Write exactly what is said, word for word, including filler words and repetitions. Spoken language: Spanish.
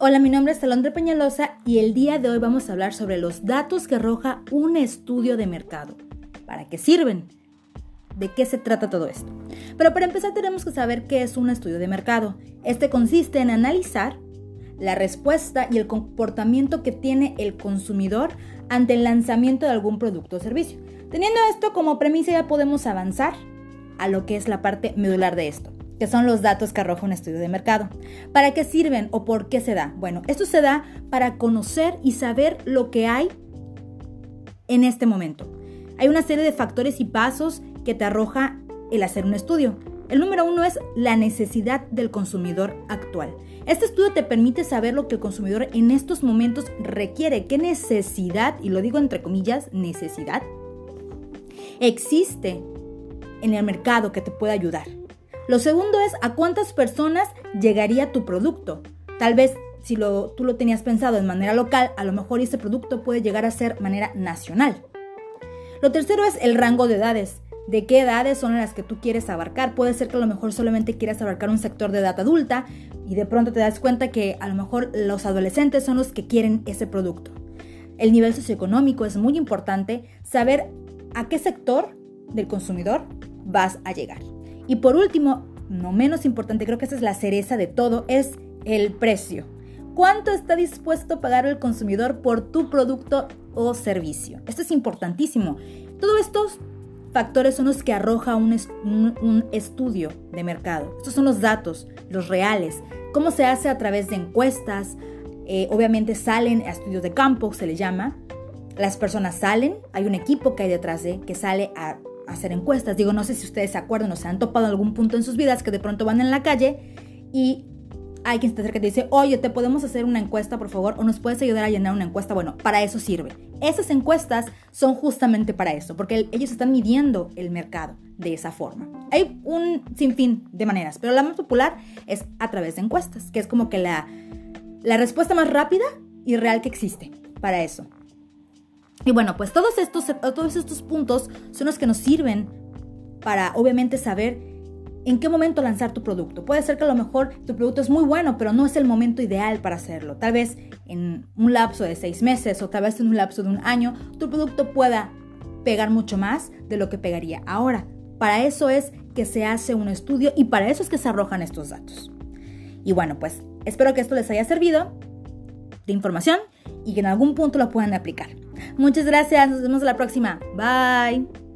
Hola, mi nombre es Alondra Peñalosa y el día de hoy vamos a hablar sobre los datos que arroja un estudio de mercado. ¿Para qué sirven? ¿De qué se trata todo esto? Pero para empezar tenemos que saber qué es un estudio de mercado. Este consiste en analizar la respuesta y el comportamiento que tiene el consumidor ante el lanzamiento de algún producto o servicio. Teniendo esto como premisa ya podemos avanzar a lo que es la parte medular de esto, que son los datos que arroja un estudio de mercado. ¿Para qué sirven o por qué se da? Bueno, esto se da para conocer y saber lo que hay en este momento. Hay una serie de factores y pasos que te arroja el hacer un estudio. El número uno es la necesidad del consumidor actual. Este estudio te permite saber lo que el consumidor en estos momentos requiere, qué necesidad, y lo digo entre comillas, necesidad, existe en el mercado que te pueda ayudar. Lo segundo es a cuántas personas llegaría tu producto. Tal vez si lo, tú lo tenías pensado de manera local, a lo mejor ese producto puede llegar a ser de manera nacional. Lo tercero es el rango de edades. ¿De qué edades son las que tú quieres abarcar? Puede ser que a lo mejor solamente quieras abarcar un sector de edad adulta y de pronto te das cuenta que a lo mejor los adolescentes son los que quieren ese producto. El nivel socioeconómico es muy importante, saber a qué sector del consumidor vas a llegar. Y por último, no menos importante, creo que esa es la cereza de todo, es el precio. ¿Cuánto está dispuesto a pagar el consumidor por tu producto o servicio? Esto es importantísimo. Todos estos factores son los que arroja un, est- un, un estudio de mercado. Estos son los datos, los reales. ¿Cómo se hace? A través de encuestas. Eh, obviamente salen a estudios de campo, se les llama. Las personas salen, hay un equipo que hay detrás de que sale a hacer encuestas. Digo, no sé si ustedes se acuerdan o se han topado en algún punto en sus vidas que de pronto van en la calle y hay quien se acerca y te dice, oye, ¿te podemos hacer una encuesta, por favor? ¿O nos puedes ayudar a llenar una encuesta? Bueno, para eso sirve. Esas encuestas son justamente para eso, porque ellos están midiendo el mercado de esa forma. Hay un sinfín de maneras, pero la más popular es a través de encuestas, que es como que la, la respuesta más rápida y real que existe para eso. Y bueno, pues todos estos, todos estos puntos son los que nos sirven para obviamente saber en qué momento lanzar tu producto. Puede ser que a lo mejor tu producto es muy bueno, pero no es el momento ideal para hacerlo. Tal vez en un lapso de seis meses o tal vez en un lapso de un año, tu producto pueda pegar mucho más de lo que pegaría ahora. Para eso es que se hace un estudio y para eso es que se arrojan estos datos. Y bueno, pues espero que esto les haya servido de información y que en algún punto lo puedan aplicar. Muchas gracias, nos vemos la próxima. Bye.